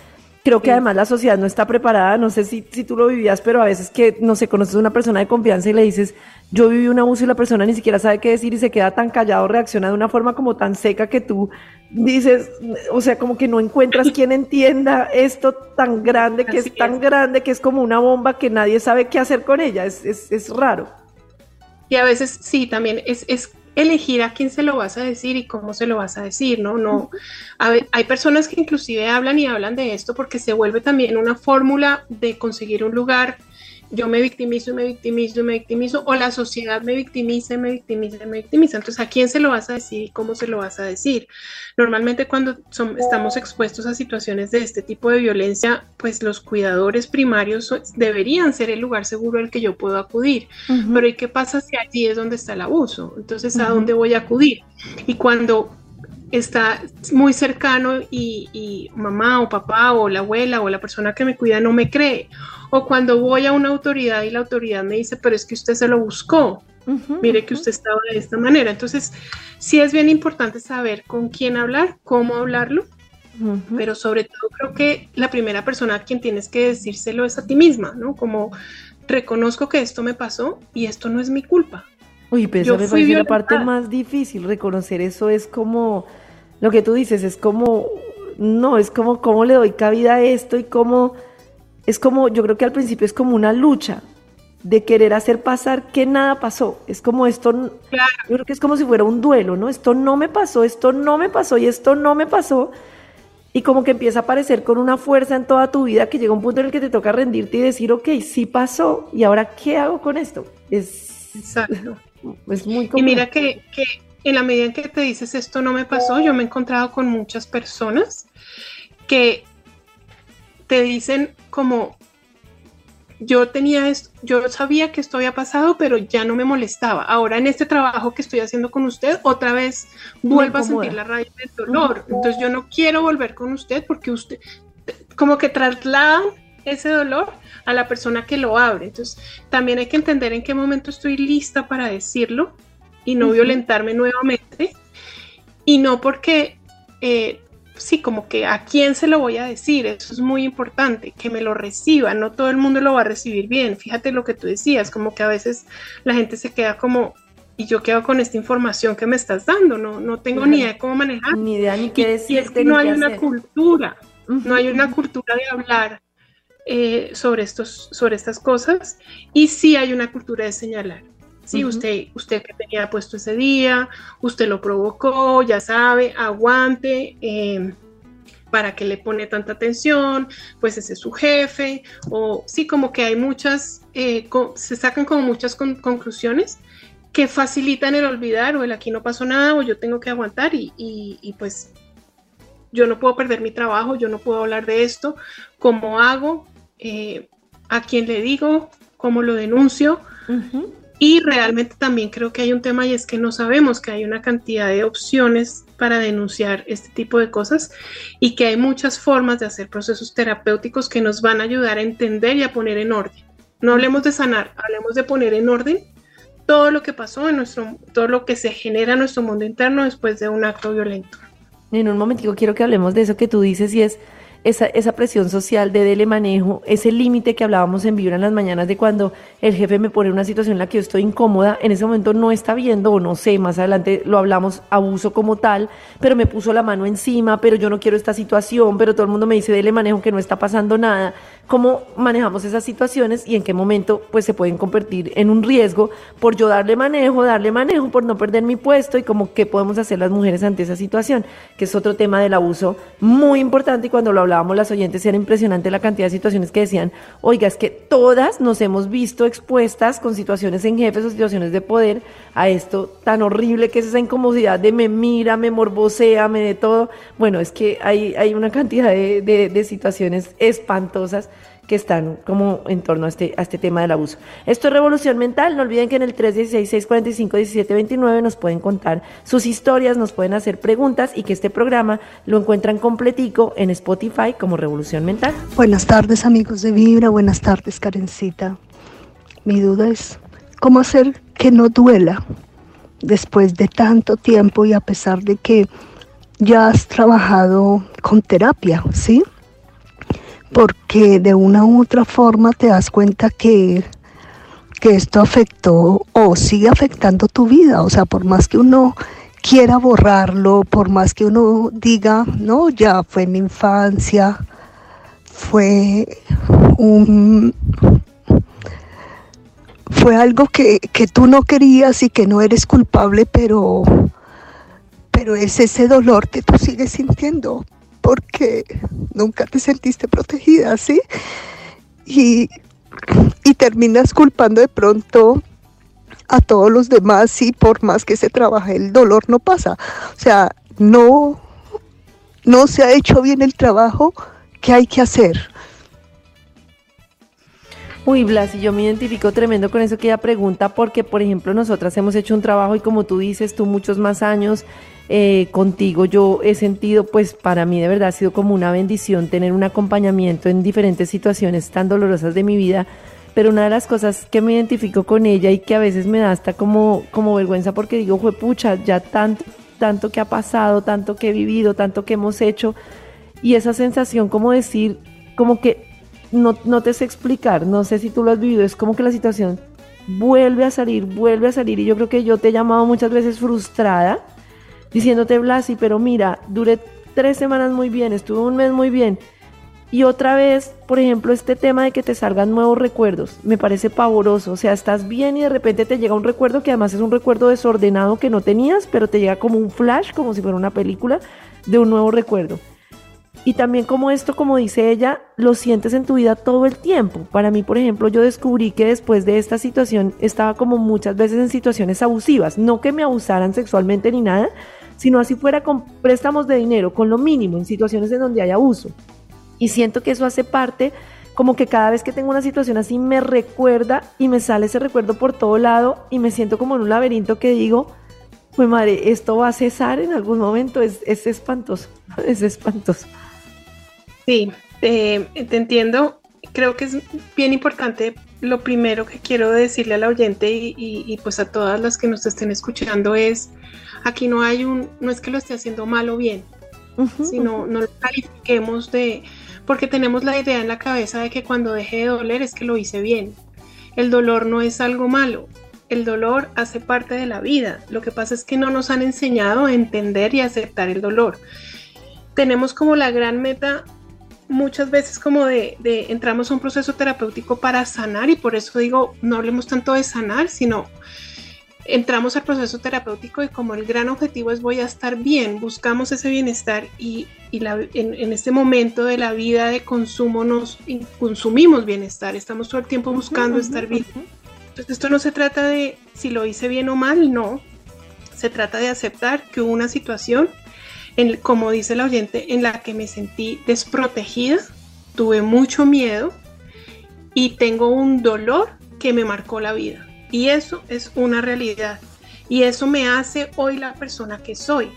Creo que además la sociedad no está preparada, no sé si, si tú lo vivías, pero a veces que, no sé, conoces a una persona de confianza y le dices, yo viví un abuso y la persona ni siquiera sabe qué decir y se queda tan callado, reacciona de una forma como tan seca que tú dices, o sea, como que no encuentras quien entienda esto tan grande, que Así es tan es. grande, que es como una bomba que nadie sabe qué hacer con ella, es, es, es raro.
Y a veces sí, también es... es... elegir a quién se lo vas a decir y cómo se lo vas a decir, ¿no? No, a ver, hay personas que inclusive hablan y hablan de esto porque se vuelve también una fórmula de conseguir un lugar. Yo me victimizo y me victimizo y me victimizo, o la sociedad me victimiza y me victimiza y me victimiza. Entonces, ¿a quién se lo vas a decir y cómo se lo vas a decir? Normalmente cuando son, estamos expuestos a situaciones de este tipo de violencia, pues los cuidadores primarios deberían ser el lugar seguro al que yo puedo acudir. Uh-huh. Pero ¿y qué pasa si allí es donde está el abuso? Entonces, ¿a uh-huh. dónde voy a acudir? Y cuando está muy cercano y, y mamá o papá o la abuela o la persona que me cuida no me cree, o cuando voy a una autoridad y la autoridad me dice, pero es que usted se lo buscó, uh-huh, mire uh-huh. que usted estaba de esta manera. Entonces sí es bien importante saber con quién hablar, cómo hablarlo, uh-huh. pero sobre todo creo que la primera persona a quien tienes que decírselo es a ti misma, ¿no? Como reconozco que esto me pasó y esto no es mi culpa.
Uy, pero esa me parece la parte más difícil, reconocer eso es como, lo que tú dices, es como, no, es como cómo le doy cabida a esto y cómo, es como, yo creo que al principio es como una lucha de querer hacer pasar que nada pasó, es como esto, claro. Yo creo que es como si fuera un duelo, ¿no? Esto no me pasó, esto no me pasó y esto no me pasó, y como que empieza a aparecer con una fuerza en toda tu vida que llega un punto en el que te toca rendirte y decir, ok, sí pasó, y ahora, ¿qué hago con esto? Es...
Exacto.
Es muy complejo.
Y mira que, que en la medida en que te dices esto no me pasó, yo me he encontrado con muchas personas que te dicen como yo tenía esto, yo sabía que esto había pasado, pero ya no me molestaba. Ahora en este trabajo que estoy haciendo con usted, otra vez vuelvo a sentir la raíz del dolor. Uh-huh. Entonces yo no quiero volver con usted porque usted como que trasladan ese dolor a la persona que lo abre. Entonces también hay que entender en qué momento estoy lista para decirlo y no uh-huh. violentarme nuevamente, y no porque eh, sí, como que a quién se lo voy a decir. Eso es muy importante, que me lo reciba. No todo el mundo lo va a recibir bien. Fíjate lo que tú decías, como que a veces la gente se queda como, ¿y yo qué hago con esta información que me estás dando? No, no tengo uh-huh. ni idea de cómo manejar.
Ni idea ni qué decirte.
Y es que no hay una cultura, uh-huh. no hay una cultura de hablar Eh, sobre estos, sobre estas cosas, y sí hay una cultura de señalar. Sí, uh-huh. usted, usted que tenía puesto ese día, usted lo provocó, ya sabe, aguante, eh, para que le pone tanta atención, pues ese es su jefe, o sí, como que hay muchas, eh, co- se sacan como muchas con- conclusiones que facilitan el olvidar, o el aquí no pasó nada, o yo tengo que aguantar, y, y, y pues yo no puedo perder mi trabajo, yo no puedo hablar de esto, ¿cómo hago? Eh, ¿a quién le digo? ¿Cómo lo denuncio? Uh-huh. Y realmente también creo que hay un tema, y es que no sabemos que hay una cantidad de opciones para denunciar este tipo de cosas, y que hay muchas formas de hacer procesos terapéuticos que nos van a ayudar a entender y a poner en orden. No hablemos de sanar, hablemos de poner en orden todo lo que pasó en nuestro, todo lo que se genera en nuestro mundo interno después de un acto violento.
En un momentico quiero que hablemos de eso que tú dices, y es esa, esa presión social de dele manejo, ese límite que hablábamos en Vibra en las mañanas de cuando el jefe me pone en una situación en la que yo estoy incómoda, en ese momento no está viendo, o no sé, más adelante lo hablamos, abuso como tal, pero me puso la mano encima, pero yo no quiero esta situación, pero todo el mundo me dice dele manejo, que no está pasando nada. ¿Cómo manejamos esas situaciones y en qué momento pues se pueden convertir en un riesgo por yo darle manejo, darle manejo, por no perder mi puesto, y como qué podemos hacer las mujeres ante esa situación, que es otro tema del abuso muy importante? Y cuando lo hablábamos, las oyentes, era impresionante la cantidad de situaciones que decían, oiga, es que todas nos hemos visto expuestas con situaciones en jefes o situaciones de poder a esto tan horrible que es esa incomodidad de me mira, me morbosea, me de todo. Bueno, es que hay, hay una cantidad de, de, de situaciones espantosas que están como en torno a este, a este tema del abuso. Esto es Revolución Mental. No olviden que en el tres uno seis, seis cuatro cinco, uno siete dos nueve nos pueden contar sus historias, nos pueden hacer preguntas, y que este programa lo encuentran completico en Spotify como Revolución Mental.
Buenas tardes, amigos de Vibra. Buenas tardes, Karencita. Mi duda es cómo hacer que no duela después de tanto tiempo, y a pesar de que ya has trabajado con terapia, ¿sí? porque de una u otra forma te das cuenta que, que esto afectó o sigue afectando tu vida. O sea, por más que uno quiera borrarlo, por más que uno diga, no, ya fue en mi infancia, fue un... fue algo que, que tú no querías y que no eres culpable, pero, pero es ese dolor que tú sigues sintiendo porque nunca te sentiste protegida, ¿sí? Y, y terminas culpando de pronto a todos los demás y por más que se trabaje el dolor no pasa. O sea, no, no se ha hecho bien el trabajo que hay que hacer.
Uy, Blas, y yo me identifico tremendo con eso que ella pregunta, porque, por ejemplo, nosotras hemos hecho un trabajo y como tú dices, tú muchos más años, eh, contigo yo he sentido, pues para mí de verdad ha sido como una bendición tener un acompañamiento en diferentes situaciones tan dolorosas de mi vida, pero una de las cosas que me identifico con ella y que a veces me da hasta como, como vergüenza porque digo, juepucha, ya tanto, tanto que ha pasado, tanto que he vivido, tanto que hemos hecho, y esa sensación como decir, como que No, no te sé explicar, no sé si tú lo has vivido, es como que la situación vuelve a salir, vuelve a salir y yo creo que yo te he llamado muchas veces frustrada diciéndote, Blasi, pero mira, duré tres semanas muy bien, estuve un mes muy bien y otra vez, por ejemplo, este tema de que te salgan nuevos recuerdos, me parece pavoroso, o sea, estás bien y de repente te llega un recuerdo que además es un recuerdo desordenado que no tenías, pero te llega como un flash, como si fuera una película de un nuevo recuerdo. Y también como esto, como dice ella, lo sientes en tu vida todo el tiempo. Para mí, por ejemplo, yo descubrí que después de esta situación estaba como muchas veces en situaciones abusivas. No que me abusaran sexualmente ni nada, sino así fuera con préstamos de dinero, con lo mínimo, en situaciones en donde hay abuso. Y siento que eso hace parte, como que cada vez que tengo una situación así me recuerda y me sale ese recuerdo por todo lado y me siento como en un laberinto que digo, pues madre, esto va a cesar en algún momento. Es, es espantoso, es espantoso.
Sí, eh, te entiendo. Creo que es bien importante. Lo primero que quiero decirle al oyente y, y, y pues a todas las que nos estén escuchando es, aquí no hay un, no es que lo esté haciendo mal o bien, uh-huh, sino uh-huh. no lo califiquemos de, porque tenemos la idea en la cabeza de que cuando deje de doler es que lo hice bien. El dolor no es algo malo. El dolor hace parte de la vida. Lo que pasa es que no nos han enseñado a entender y aceptar el dolor. Tenemos como la gran meta muchas veces como de, de entramos a un proceso terapéutico para sanar y por eso digo, no hablemos tanto de sanar, sino entramos al proceso terapéutico y como el gran objetivo es voy a estar bien, buscamos ese bienestar y, y la, en, en este momento de la vida de consumo nos consumimos bienestar, estamos todo el tiempo buscando uh-huh, estar bien. Uh-huh. Entonces esto no se trata de si lo hice bien o mal, no, se trata de aceptar que hubo una situación, en, como dice la oyente, en la que me sentí desprotegida, tuve mucho miedo y tengo un dolor que me marcó la vida. Y eso es una realidad. Y eso me hace hoy la persona que soy.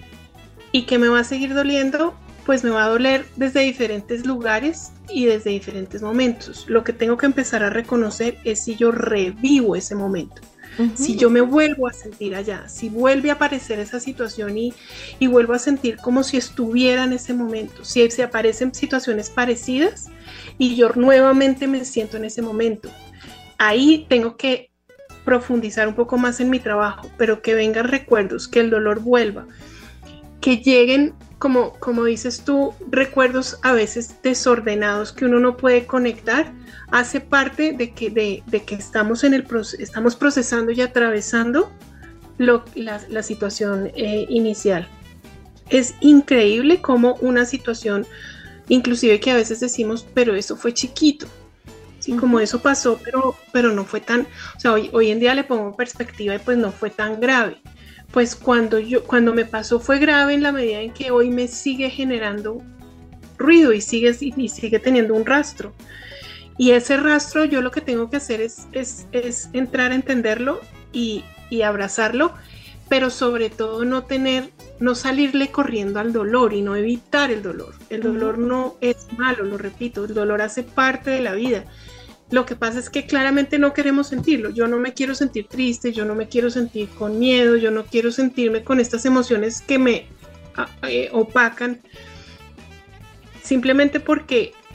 Y que me va a seguir doliendo, pues me va a doler desde diferentes lugares y desde diferentes momentos. Lo que tengo que empezar a reconocer es si yo revivo ese momento. Uh-huh. Si yo me vuelvo a sentir allá, si vuelve a aparecer esa situación y, y vuelvo a sentir como si estuviera en ese momento, si se aparecen situaciones parecidas y yo nuevamente me siento en ese momento, ahí tengo que profundizar un poco más en mi trabajo, pero que vengan recuerdos, que el dolor vuelva, que lleguen, como, como dices tú, recuerdos a veces desordenados que uno no puede conectar, hace parte de que, de, de que estamos, en el, estamos procesando y atravesando lo, la, la situación eh, inicial. Es increíble cómo una situación, inclusive que a veces decimos, pero eso fue chiquito, ¿sí? Uh-huh. Como eso pasó, pero, pero no fue tan, o sea, hoy, hoy en día le pongo en perspectiva y pues no fue tan grave. Pues cuando, yo, cuando me pasó fue grave en la medida en que hoy me sigue generando ruido y sigue, y sigue teniendo un rastro. Y ese rastro yo lo que tengo que hacer es, es, es entrar a entenderlo y, y abrazarlo, pero sobre todo no tener, no salirle corriendo al dolor y no evitar el dolor. El dolor no es malo, lo repito, el dolor hace parte de la vida. Lo que pasa es que claramente no queremos sentirlo. Yo no me quiero sentir triste, yo no me quiero sentir con miedo, yo no quiero sentirme con estas emociones que me eh, opacan, simplemente porque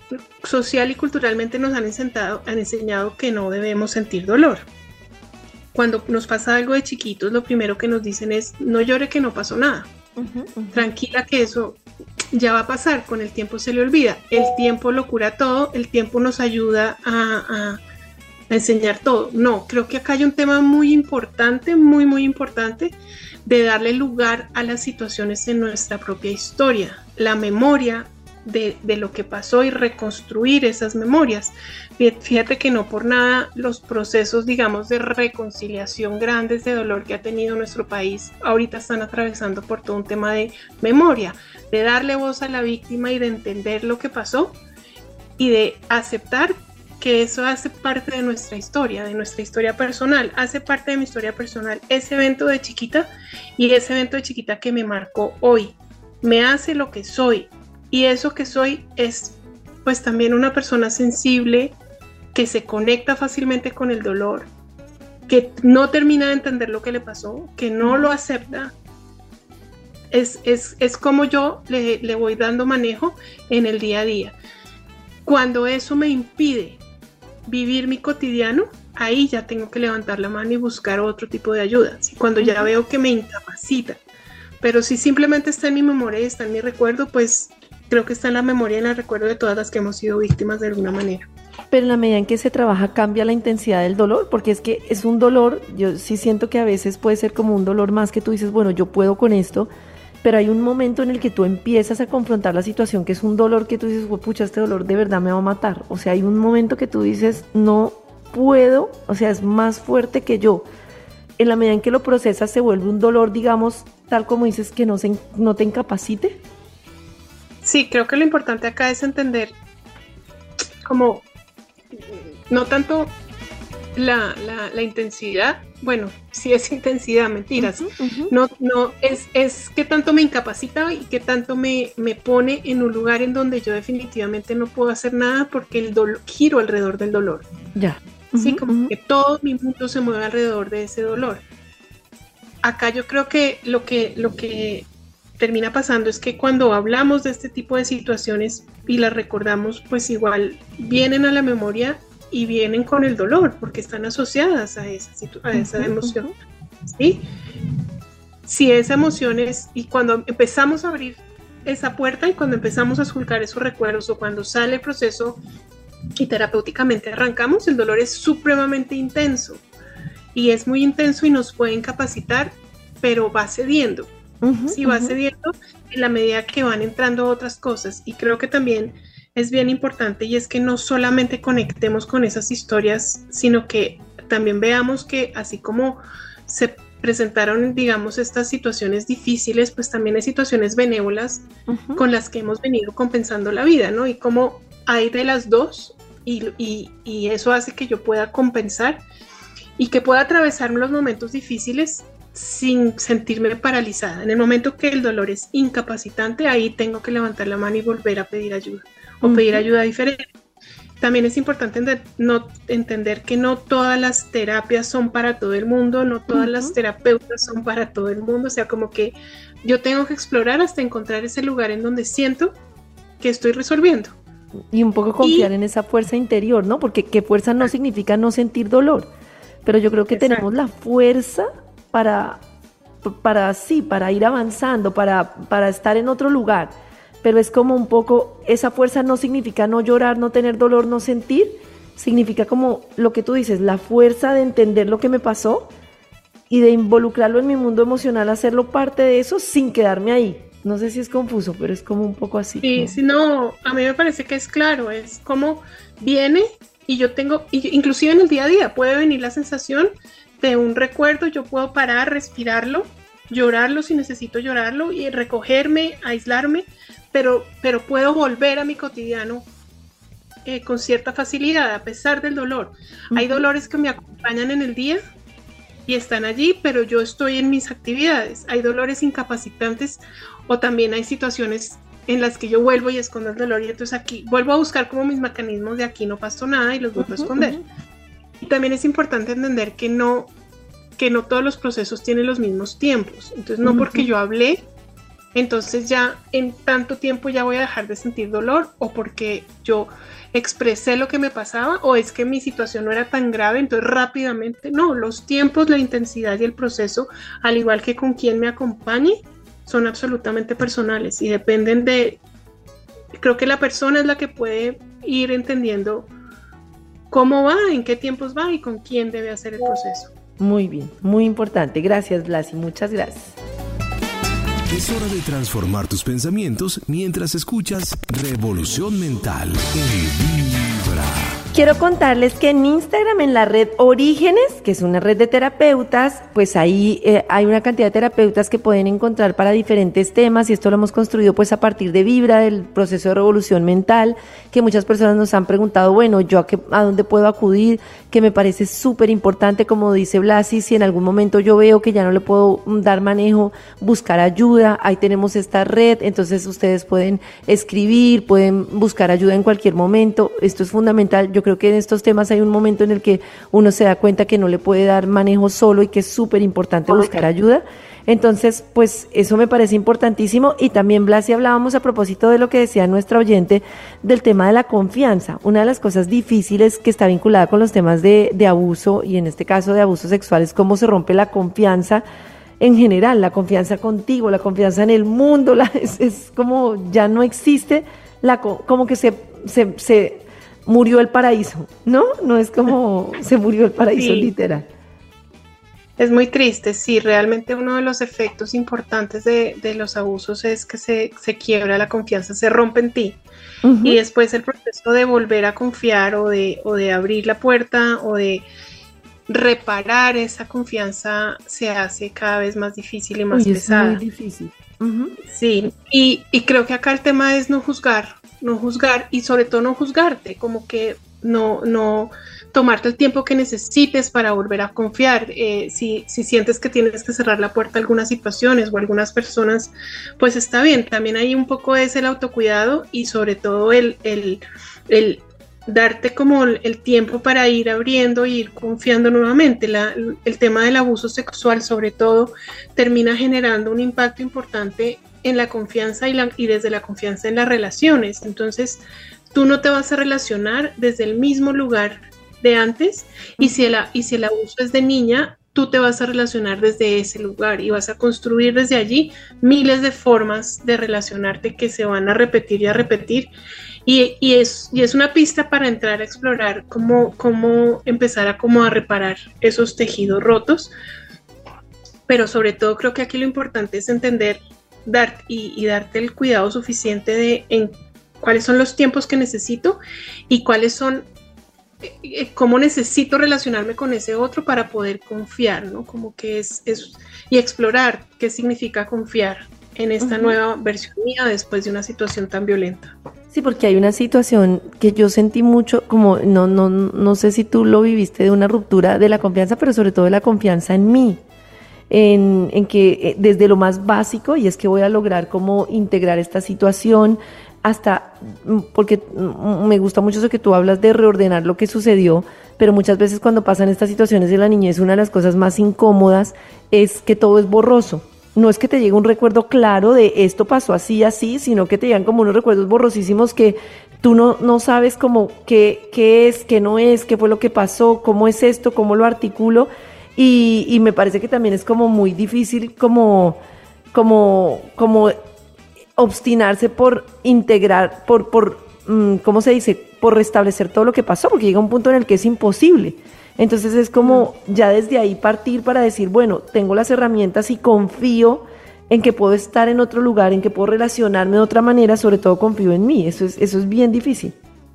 social y culturalmente nos han enseñado, han enseñado que no debemos sentir dolor. Cuando nos pasa algo de chiquitos, lo primero que nos dicen es, no llore que no pasó nada. Uh-huh, uh-huh. Tranquila que eso ya va a pasar, con el tiempo se le olvida. El tiempo lo cura todo, el tiempo nos ayuda a, a, a enseñar todo. No, creo que acá hay un tema muy importante, muy, muy importante, de darle lugar a las situaciones en nuestra propia historia, la memoria de, de lo que pasó y reconstruir esas memorias. Fíjate que no por nada los procesos, digamos, de reconciliación grandes de dolor que ha tenido nuestro país ahorita están atravesando por todo un tema de memoria, de darle voz a la víctima y de entender lo que pasó y de aceptar que eso hace parte de nuestra historia, de nuestra historia personal, hace parte de mi historia personal, ese evento de chiquita y ese evento de chiquita que me marcó hoy, me hace lo que soy, y eso que soy es pues también una persona sensible, que se conecta fácilmente con el dolor, que no termina de entender lo que le pasó, que no lo acepta. Es, es, es como yo le, le voy dando manejo en el día a día. Cuando eso me impide vivir mi cotidiano, ahí ya tengo que levantar la mano y buscar otro tipo de ayuda. ¿Sí? Cuando ya veo que me incapacita. Pero si simplemente está en mi memoria y está en mi recuerdo, pues creo que está en la memoria y en el recuerdo de todas las que hemos sido víctimas de alguna manera.
Pero en la medida en que se trabaja, ¿cambia la intensidad del dolor? Porque es que es un dolor, yo sí siento que a veces puede ser como un dolor más que tú dices, bueno, yo puedo con esto, pero hay un momento en el que tú empiezas a confrontar la situación, que es un dolor que tú dices, pucha, este dolor de verdad me va a matar. O sea, hay un momento que tú dices, no puedo, o sea, es más fuerte que yo. En la medida en que lo procesas, se vuelve un dolor, digamos, tal como dices, que no, se, no te incapacite.
Sí, creo que lo importante acá es entender como no tanto la, la, la intensidad, bueno, sí es intensidad, mentiras, uh-huh, uh-huh. no, no es, es que tanto me incapacita y que tanto me, me pone en un lugar en donde yo definitivamente no puedo hacer nada porque el dolor, giro alrededor del dolor.
Ya.
Uh-huh, sí, como uh-huh. que todo mi mundo se mueve alrededor de ese dolor. Acá yo creo que lo que, lo que termina pasando es que cuando hablamos de este tipo de situaciones y las recordamos, pues igual vienen a la memoria y vienen con el dolor, porque están asociadas a esa, situ- a esa emoción, ¿sí? Si esa emoción es, y cuando empezamos a abrir esa puerta y cuando empezamos a esculcar esos recuerdos o cuando sale el proceso y terapéuticamente arrancamos, el dolor es supremamente intenso y es muy intenso y nos puede incapacitar, pero va cediendo. Uh-huh, sí, va uh-huh. cediendo en la medida que van entrando otras cosas, y creo que también es bien importante, y es que no solamente conectemos con esas historias, sino que también veamos que así como se presentaron, digamos, estas situaciones difíciles, pues también hay situaciones benévolas uh-huh. con las que hemos venido compensando la vida, ¿no? Y como hay de las dos, y, y, y eso hace que yo pueda compensar y que pueda atravesar los momentos difíciles sin sentirme paralizada. En el momento que el dolor es incapacitante, ahí tengo que levantar la mano y volver a pedir ayuda o uh-huh. pedir ayuda diferente. También es importante ent- no, entender que no todas las terapias son para todo el mundo, no todas uh-huh. las terapeutas son para todo el mundo, o sea, como que yo tengo que explorar hasta encontrar ese lugar en donde siento que estoy resolviendo.
Y un poco confiar y, en esa fuerza interior, ¿no? Porque que fuerza no significa no sentir dolor, pero yo creo que exacto. tenemos la fuerza para, para sí, para ir avanzando, para, para estar en otro lugar, pero es como un poco, esa fuerza no significa no llorar, no tener dolor, no sentir, significa como lo que tú dices, la fuerza de entender lo que me pasó y de involucrarlo en mi mundo emocional, hacerlo parte de eso sin quedarme ahí. No sé si es confuso, pero es como un poco así.
Sí,
¿no?
sí, no, a mí me parece que es claro, es como viene y yo tengo, inclusive en el día a día puede venir la sensación de un recuerdo, yo puedo parar, respirarlo, llorarlo si necesito llorarlo y recogerme, aislarme, pero, pero puedo volver a mi cotidiano eh, con cierta facilidad a pesar del dolor. Uh-huh. Hay dolores que me acompañan en el día y están allí, pero yo estoy en mis actividades. Hay dolores incapacitantes o también hay situaciones en las que yo vuelvo y escondo el dolor y entonces aquí vuelvo a buscar como mis mecanismos de aquí no pasó nada y los vuelvo uh-huh, a esconder. Uh-huh. Y también es importante entender que no, que no todos los procesos tienen los mismos tiempos. Entonces no uh-huh. porque yo hablé entonces ya en tanto tiempo ya voy a dejar de sentir dolor, o porque yo expresé lo que me pasaba, o es que mi situación no era tan grave, entonces rápidamente, no, los tiempos, la intensidad y el proceso, al igual que con quien me acompañe, son absolutamente personales y dependen de, creo que la persona es la que puede ir entendiendo cómo va, en qué tiempos va y con quién debe hacer el proceso.
Muy bien, muy importante. Gracias, Blasi, muchas gracias.
Es hora de transformar tus pensamientos mientras escuchas Revolución Mental en Vibra.
Quiero contarles que en Instagram, en la red Orígenes, que es una red de terapeutas, pues ahí eh, hay una cantidad de terapeutas que pueden encontrar para diferentes temas, y esto lo hemos construido pues a partir de Vibra, del proceso de revolución mental, que muchas personas nos han preguntado, bueno, ¿yo a, qué, a dónde puedo acudir? Que me parece súper importante, como dice Blasi, si en algún momento yo veo que ya no le puedo dar manejo, buscar ayuda, ahí tenemos esta red, entonces ustedes pueden escribir, pueden buscar ayuda en cualquier momento, esto es fundamental. Yo creo que en estos temas hay un momento en el que uno se da cuenta que no le puede dar manejo solo y que es súper importante buscar ayuda. Entonces, pues eso me parece importantísimo. Y también, Blasi, hablábamos a propósito de lo que decía nuestra oyente del tema de la confianza. Una de las cosas difíciles que está vinculada con los temas de, de abuso, y en este caso de abuso sexual, es cómo se rompe la confianza en general, la confianza contigo, la confianza en el mundo. La, es, es como ya no existe, la como que se... se, se murió el paraíso, ¿no? No es como se murió el paraíso, sí. Literal.
Es muy triste, sí, realmente uno de los efectos importantes de, de los abusos es que se, se quiebra la confianza, se rompe en ti. Uh-huh. Y después el proceso de volver a confiar o de, o de abrir la puerta o de reparar esa confianza se hace cada vez más difícil y más
Uy,
pesada.
Es muy difícil. Uh-huh.
Sí, y, y creo que acá el tema es no juzgar, no juzgar y sobre todo no juzgarte, como que no, no tomarte el tiempo que necesites para volver a confiar. Eh, si, si sientes que tienes que cerrar la puerta a algunas situaciones o a algunas personas, pues está bien. También hay un poco es el autocuidado y sobre todo el, el, el darte como el tiempo para ir abriendo e ir confiando nuevamente. La, el tema del abuso sexual sobre todo termina generando un impacto importante en la confianza y, la, y desde la confianza en las relaciones. Entonces tú no te vas a relacionar desde el mismo lugar de antes y si el, y si el abuso es de niña, tú te vas a relacionar desde ese lugar y vas a construir desde allí miles de formas de relacionarte que se van a repetir y a repetir. Y, y, es, y es una pista para entrar a explorar cómo, cómo empezar a, cómo a reparar esos tejidos rotos. Pero sobre todo creo que aquí lo importante es entender dar, y, y darte el cuidado suficiente de en cuáles son los tiempos que necesito y cuáles son, eh, cómo necesito relacionarme con ese otro para poder confiar, ¿no? Como que es, es y explorar qué significa confiar en esta uh-huh. nueva versión mía después de una situación tan violenta.
Sí, porque hay una situación que yo sentí mucho, como no, no, no sé si tú lo viviste, de una ruptura de la confianza, pero sobre todo de la confianza en mí, en, en que desde lo más básico, y es que voy a lograr cómo integrar esta situación, hasta, porque me gusta mucho eso que tú hablas de reordenar lo que sucedió, pero muchas veces cuando pasan estas situaciones de la niñez, una de las cosas más incómodas es que todo es borroso. No es que te llegue un recuerdo claro de esto pasó así, así, sino que te llegan como unos recuerdos borrosísimos que tú no, no sabes como qué, qué es, qué no es, qué fue lo que pasó, cómo es esto, cómo lo articulo, y, y me parece que también es como muy difícil como, como, como obstinarse por integrar, por, por, ¿cómo se dice?, por restablecer todo lo que pasó, porque llega un punto en el que es imposible. Entonces es como ya desde ahí partir para decir, bueno, tengo las herramientas y confío en que puedo estar en otro lugar, en que puedo relacionarme de otra manera, sobre todo confío en mí. Eso es, eso es bien difícil.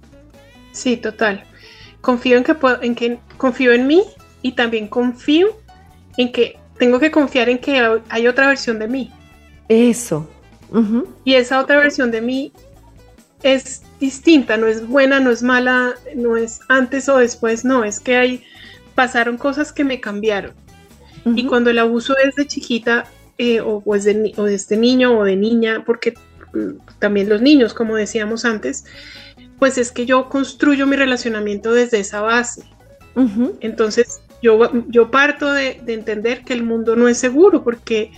Sí, total. Confío en que puedo, en que confío en mí y también confío en que tengo que confiar en que hay otra versión de mí.
Eso. Uh-huh.
Y esa otra versión de mí es distinta, no es buena, no es mala, no es antes o después, no, es que hay, pasaron cosas que me cambiaron. Uh-huh. Y cuando el abuso es de chiquita, eh, o, o, es de, o de este niño o de niña, porque mm, también los niños, como decíamos antes, pues es que yo construyo mi relacionamiento desde esa base. Uh-huh. Entonces yo, yo parto de, de entender que el mundo no es seguro, porque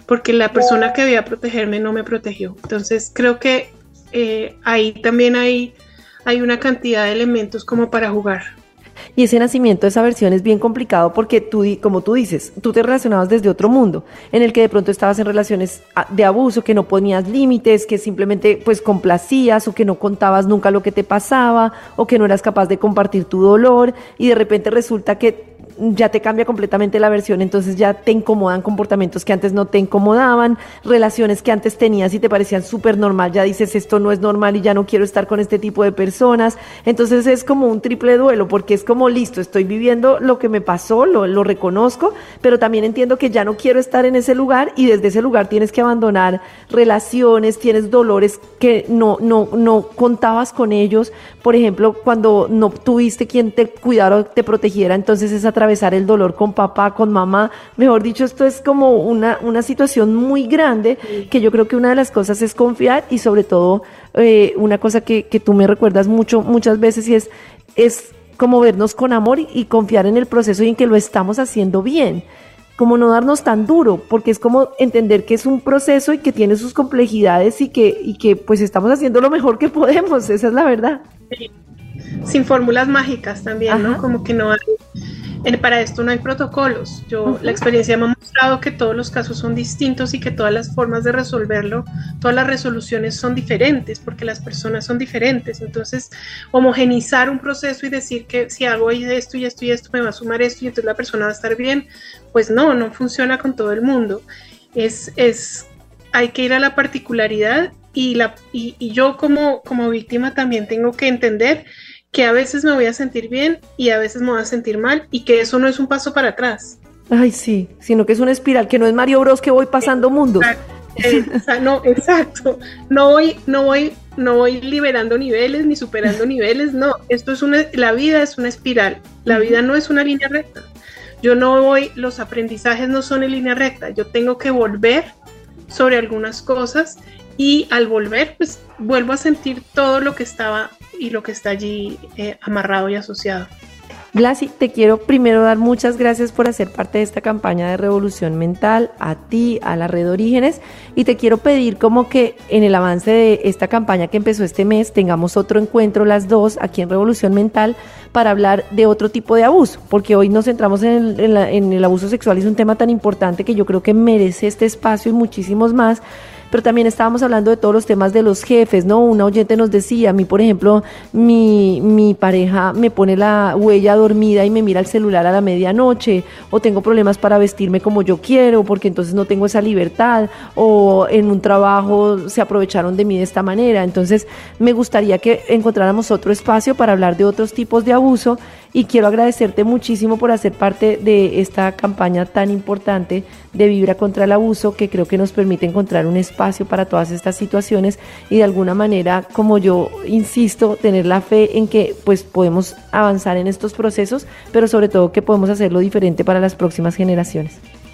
porque la persona que debía protegerme no me protegió. Entonces creo que eh, ahí también hay, hay una cantidad de elementos como para jugar.
Y ese nacimiento de esa versión es bien complicado porque tú, como tú dices, tú te relacionabas desde otro mundo, en el que de pronto estabas en relaciones de abuso, que no ponías límites, que simplemente pues complacías, o que no contabas nunca lo que te pasaba, o que no eras capaz de compartir tu dolor, y de repente resulta que ya te cambia completamente la versión, entonces ya te incomodan comportamientos que antes no te incomodaban, relaciones que antes tenías y te parecían súper normal, ya dices esto no es normal y ya no quiero estar con este tipo de personas. Entonces es como un triple duelo, porque es como listo, estoy viviendo lo que me pasó, lo, lo reconozco, pero también entiendo que ya no quiero estar en ese lugar, y desde ese lugar tienes que abandonar relaciones, tienes dolores que no, no, no contabas con ellos, por ejemplo, cuando no tuviste quien te cuidara o te protegiera, entonces es a atravesar el dolor con papá, con mamá. Mejor dicho, esto es como una, una situación muy grande, que yo creo que una de las cosas es confiar, y sobre todo eh, una cosa que, que tú me recuerdas mucho, muchas veces, y es, es como vernos con amor y, y confiar en el proceso y en que lo estamos haciendo bien, como no darnos tan duro, porque es como entender que es un proceso y que tiene sus complejidades, y que, y que pues estamos haciendo lo mejor que podemos, esa es la verdad.
Sí. Sin fórmulas mágicas también, Ajá. ¿no? Como que no hay, para esto no hay protocolos. Yo, uh-huh. La experiencia me ha mostrado que todos los casos son distintos y que todas las formas de resolverlo, todas las resoluciones son diferentes, porque las personas son diferentes. Entonces, homogenizar un proceso y decir que si hago esto y esto y esto me va a sumar esto y entonces la persona va a estar bien, pues no, no funciona con todo el mundo. Es, es, hay que ir a la particularidad, y, la, y, y yo como, como víctima también tengo que entender que a veces me voy a sentir bien y a veces me voy a sentir mal, y que eso no es un paso para atrás.
Ay, sí, sino que es una espiral, que no es Mario Bros que voy pasando mundos.
Exacto, no, exacto. No voy, no voy, no voy liberando niveles ni superando niveles, no. Esto es una, la vida es una espiral. La vida no es una línea recta. Yo no voy, los aprendizajes no son en línea recta. Yo tengo que volver sobre algunas cosas, y al volver, pues vuelvo a sentir todo lo que estaba y lo que está allí eh, amarrado y asociado.
Glassy, te quiero primero dar muchas gracias por hacer parte de esta campaña de Revolución Mental, a ti, a la Red Orígenes, y te quiero pedir como que en el avance de esta campaña que empezó este mes tengamos otro encuentro las dos aquí en Revolución Mental para hablar de otro tipo de abuso, porque hoy nos centramos en el, en la, en el abuso sexual, y es un tema tan importante que yo creo que merece este espacio y muchísimos más. Pero también estábamos hablando de todos los temas de los jefes, ¿no? Una oyente nos decía, a mí, por ejemplo, mi, mi pareja me pone la huella dormida y me mira el celular a la medianoche, o tengo problemas para vestirme como yo quiero, porque entonces no tengo esa libertad, o en un trabajo se aprovecharon de mí de esta manera. Entonces, me gustaría que encontráramos otro espacio para hablar de otros tipos de abuso, y quiero agradecerte muchísimo por hacer parte de esta campaña tan importante de Vibra contra el Abuso, que creo que nos permite encontrar un espacio para todas estas situaciones, y de alguna manera, como yo insisto, tener la fe en que pues podemos avanzar en estos procesos, pero sobre todo que podemos hacerlo diferente para las próximas generaciones.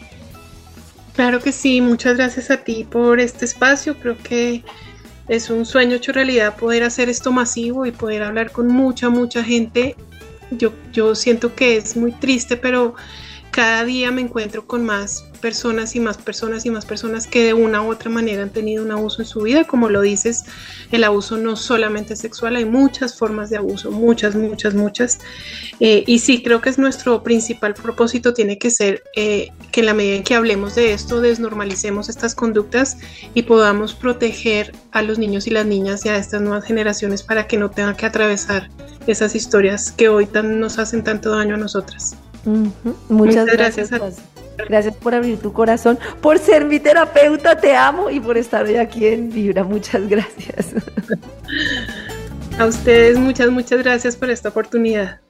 Claro que sí, muchas gracias a ti por este espacio. Creo que es un sueño hecho realidad poder hacer esto masivo y poder hablar con mucha, mucha gente. Yo, yo siento que es muy triste, pero cada día me encuentro con más personas y más personas y más personas que de una u otra manera han tenido un abuso en su vida. Como lo dices, el abuso no solamente es sexual, hay muchas formas de abuso, muchas, muchas, muchas. Eh, y sí, creo que es nuestro principal propósito, tiene que ser eh, que en la medida en que hablemos de esto, desnormalicemos estas conductas y podamos proteger a los niños y las niñas y a estas nuevas generaciones para que no tengan que atravesar esas historias que hoy tan, nos hacen tanto daño a nosotras.
Uh-huh. Muchas, Muchas gracias, gracias, gracias por abrir tu corazón, por ser mi terapeuta, te amo, y por estar hoy aquí en Vibra. Muchas gracias.
A ustedes muchas, muchas gracias por esta oportunidad.